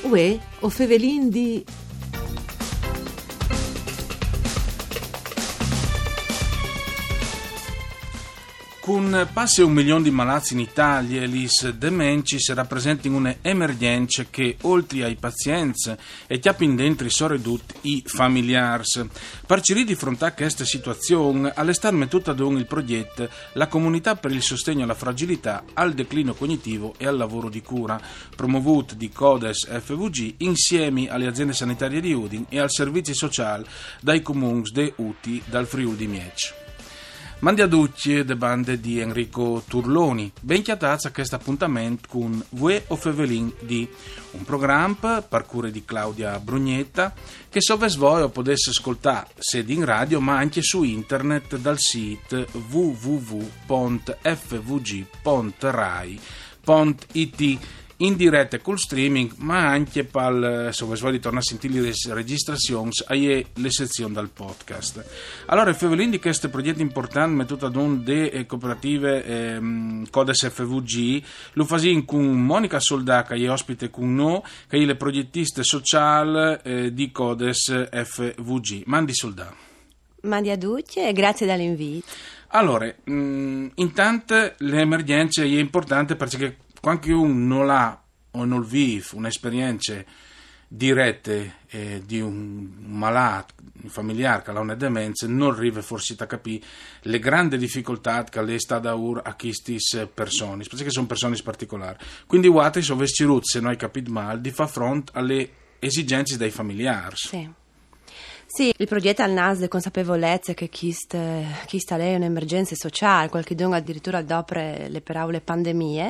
Uè, o Fevelin di... Con passi 1 milione di malati in Italia, lis demencis rappresentano un'emergenza che, oltre ai pazienti, e chiappin dentro sono ridotti i familiari. Per cercare di fronteggiare questa situazione, all'estate mettuta ad il progetto La Comunità per il Sostegno alla Fragilità, al Declino Cognitivo e al Lavoro di Cura, promovuto di Codes FVG insieme alle aziende sanitarie di Udin e al servizi sociali dai comuni de Uti dal Friuli di Mieci. Mandi a tutti le bande di Enrico Turloni, ben chiatazza a questo appuntamento con Vue o Fevelin di un programma per cura di Claudia Brugnetta che sove voi potesse ascoltare sia in radio ma anche su internet dal sito www.fvg.rai.it in diretta col streaming, ma anche se vuoi ritornare a sentire le registrazioni e le sezioni dal podcast. Allora, il Fevelin di questo progetto importante mettuto ad un de cooperative Codes FVG lo fasin con Monica Soldà che è ospite con noi, che è le progettiste sociali di Codes FVG. Mandi Soldà. Mandi a tutti e grazie dell'invito. Allora, intanto l'emergenza è importante perché quando uno non ha o non vive un'esperienza diretta di un malato, un familiare che ha una demenza, non arriva forse a capire le grandi difficoltà che lei sta da ora a queste persone, perché sono persone particolari. Quindi, se non hai capito male, di far fronte alle esigenze dei familiari. Sì, il progetto al NAS di consapevolezza che questa lei è un'emergenza sociale, qualche giorno addirittura dopo le parole pandemie,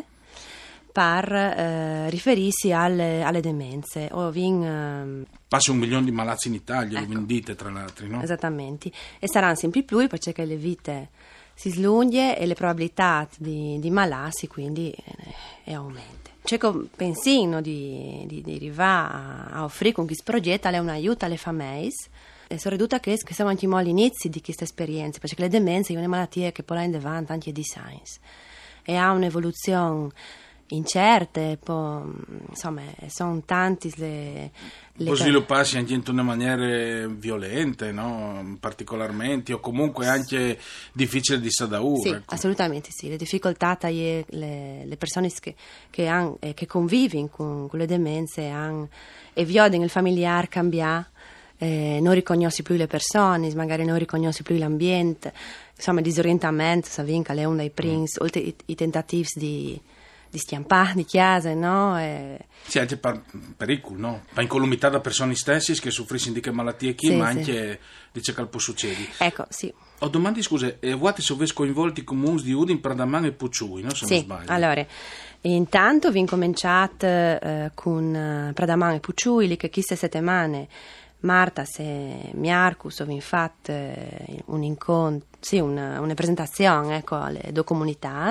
per riferirsi alle demenze. Passa 1 milione di malati in Italia, ecco. Lo dite tra l'altro, no? Esattamente. E saranno sempre più perché le vite si slunghe e le probabilità di malarsi quindi aumenta. C'è un pensiero di arrivare a offrire con questo progetto un aiuto alle famiglie. E sono ridotta che siamo anche all'inizio di questa esperienza, perché le demenze sono una malattia che poi in avanti anche di science e ha un'evoluzione incerte, insomma, sono tanti le può svilupparsi anche in una maniera violenta, no? Particolarmente, o comunque anche difficile di stare da ora. Sì, ecco. Assolutamente sì, le difficoltà le persone che convivono con le demenze e vedono il familiare cambiare, non riconosci più le persone, magari non riconosci più l'ambiente, insomma, disorientamento, sapete che è uno dei primi, oltre i tentativi di stiampare di chiesa, no? Sì, anche per pericolo, no? Per incolumità da persone stesse che soffriscono di che malattie ma anche dice che può succedere. Ecco, sì. Ho domande, scuse, voi se avete coinvolti i comuni di Udin, Pradaman e Pucciui, no? Se non sbaglio. Allora, intanto vi incominciate con Pradaman e Pucciui, che queste settimane Marta e Miarcus hanno fatto un incontro, una presentazione, ecco, alle due comunità.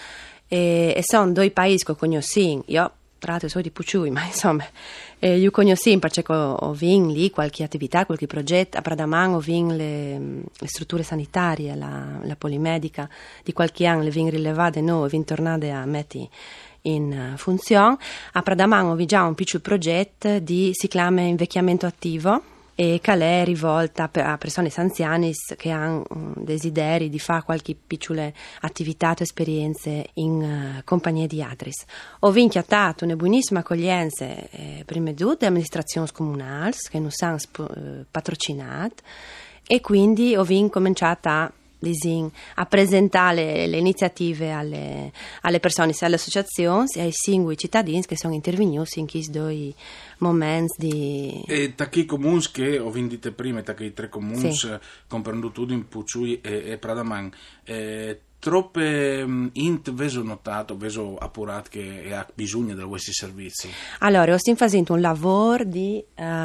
E sono due paesi che conosco, io tra l'altro sono di Pucciui, ma insomma io conosco perché ho vinto lì qualche attività, qualche progetto, a Pradaman ho vinto le strutture sanitarie, la polimedica di qualche anno le vinto rilevate e vinto tornate a mettere in funzione. A Pradaman ho già un piccolo progetto si chiama invecchiamento attivo e che è rivolta a persone anziane che hanno desideri di fare qualche piccola attività o esperienze in compagnia di altri. Ho vinchiatato una buonissima accoglienza prima di tutto amministrazioni comunali che non sono patrocinate e quindi ho cominciato a presentare le iniziative alle persone, alle associazioni e ai singoli cittadini che sono intervenuti in questi due momenti E da che comuni che ho vendite prima, da che i 3 comuni, comprendo tutto in Pucciui e Pradaman, troppe veso notato, veso appurato che ha bisogno di questi servizi? Allora, stiamo facendo un lavoro di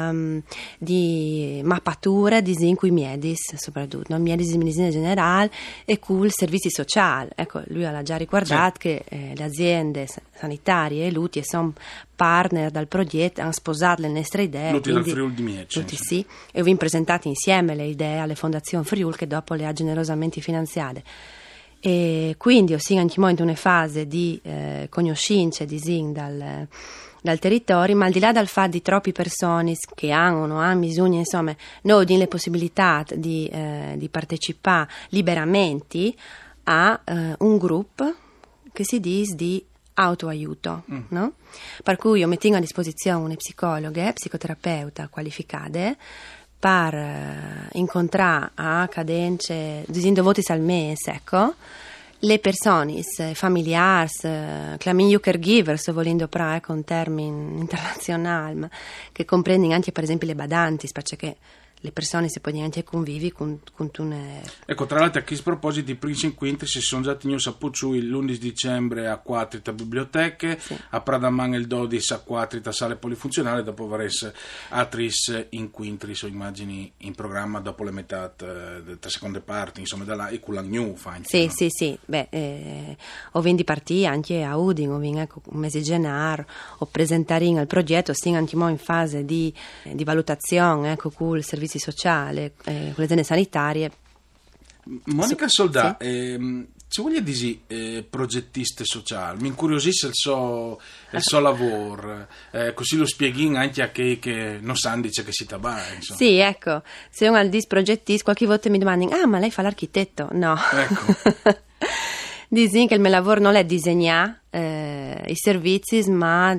mappatura di cui Miedis, soprattutto, no? Miedis di medicina generale e con i servizi sociali. Ecco, lui ha già ricordato che le aziende sanitarie e l'UTI sono partner dal progetto, hanno sposato le nostre idee. L'UTI dal Friuli di Mieci. Tutti sì, e vi presentati insieme le idee alle Fondazioni Friuli che dopo le ha generosamente finanziate. E quindi siamo anche in una fase di conoscenza di Zing dal territorio, ma al di là del fatto di troppe persone che hanno bisogno, insomma, noi abbiamo le possibilità di partecipare liberamente a un gruppo che si dice di autoaiuto, no? Per cui io metto a disposizione una psicologa, psicoterapeuta qualificate per incontrare a cadenze 200 voti al mese, ecco, le persone, familiari, chiamiamo caregivers, volendo però un termine internazionale, ma che comprende anche per esempio le badanti, perché le persone si possono anche convivi con una... Ecco, tra l'altro a questo proposito i primi incontri si sono già tenuti a Pucciui l'11 dicembre a 4 biblioteche, sì. A Pradaman il 12 a 4 sale polifunzionali, dopo avresse altri incontri, so immagini in programma dopo le metà della seconda parte, insomma, da là e con la new Sì, no? Sì, ho vendi partì anche a Udin, ho vendi un mese di gennaio, ho presentato il progetto, stiamo anche in fase di valutazione, ecco, con il servizio sociale, con le aziende sanitarie. Monica Soldà, sì. Ci voglio dire progettiste sociali? Mi incuriosisce il suo lavoro, così lo spieghi anche a chi che non sa dice che si tabà. Sì, ecco, se uno dice progettista, qualche volta mi domandano, ma lei fa l'architetto? No. Ecco. Dicono che il mio lavoro non è disegnare i servizi, ma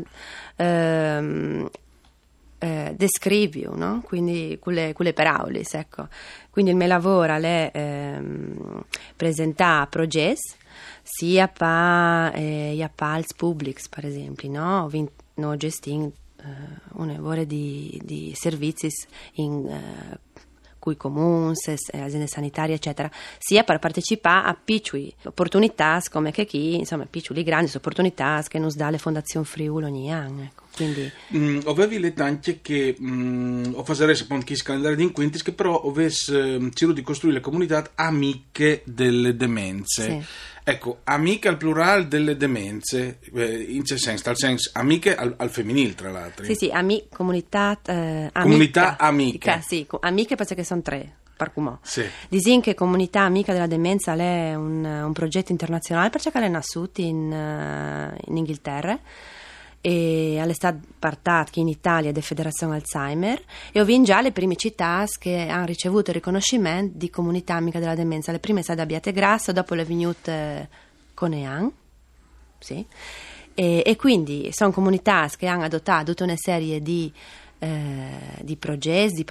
descrivi, no? Quindi con le parole, ecco. Quindi il mio lavoro è presentare progetti sia per gli appalti pubblici, per esempio, no? Noi gestiamo un lavoro di servizi in cui comuni, aziende sanitarie, eccetera, sia per partecipare a piccole opportunità come che chi, insomma, piccoli grandi opportunità che nos dà le Fondazione Friuli ogni anno, ecco. Quindi avevi letto anche che o faseresse un calendario di incontri che però avesse cercato di costruire le comunità amiche delle demenze. Sì. Ecco, amiche al plurale delle demenze, in che senso? Al senso amiche al femminile, tra l'altro. Sì, comunità comunità amiche. Sì, amiche perché sono tre. Sì. Disin che Comunità Amica della Demenza è un progetto internazionale perché è nato in Inghilterra e all'estate portato in Italia da Federazione Alzheimer e ho vinto già le prime città che hanno ricevuto il riconoscimento di Comunità Amica della Demenza. Le prime sono da Abbiategrasso, dopo le venute Conean, sì. E quindi sono comunità che hanno adottato tutta una serie di progetti,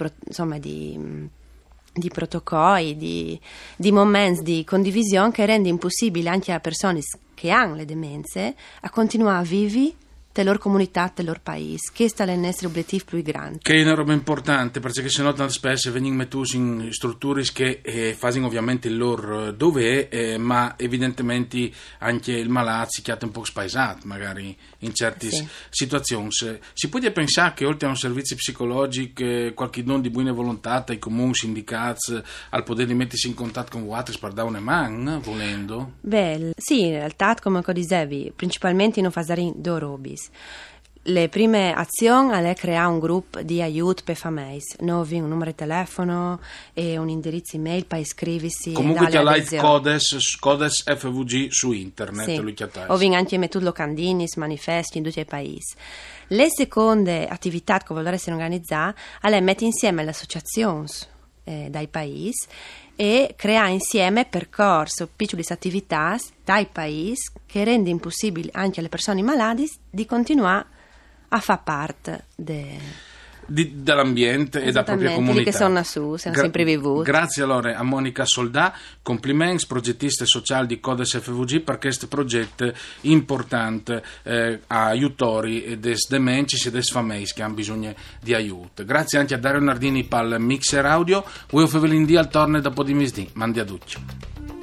di protocolli, di momenti di condivisione che rendono impossibile anche a persone che hanno le demenze a continuare a vivere delle loro comunità, del loro paese. Questo è il nostro obiettivo più grande. Che è una roba importante, perché se no tanto spesso vengono messi in strutture che fanno ovviamente il loro dovere, ma evidentemente anche il malato si chiama un po' spaesato, magari in certe situazioni. Si può pensare che oltre a un servizio psicologico, qualche don di buona volontà ai comuni, sindicati, al poter di mettersi in contatto con altri per dare una mano, volendo? Beh, sì, in realtà, come dicevi, principalmente non fanno due robe. Le prime azioni è creare un gruppo di aiuto per famiglie. Noi abbiamo un numero di telefono e un indirizzo email per iscriversi. Comunque c'è live codes FVG su internet. Sì. Abbiamo anche mettuto locandini, manifesti in tutti i paesi. Le seconde attività che vogliono essere organizzate è mettere insieme le associazioni dai paesi e creare insieme percorsi, piccole attività dai paesi che rendono impossibile anche alle persone malate di continuare a far parte dell'ambiente e della propria comunità. Quelli che sono siamo sempre vivuti. Grazie allora a Monica Soldà, complimenti, progettista sociale di Codes FVG per questo progetto importante a aiutori des demenci e des famiglie che hanno bisogno di aiuto. Grazie anche a Dario Nardini per il mixer audio. Voi Fevelin di al torne dopo di misdì. Mandi a tutti.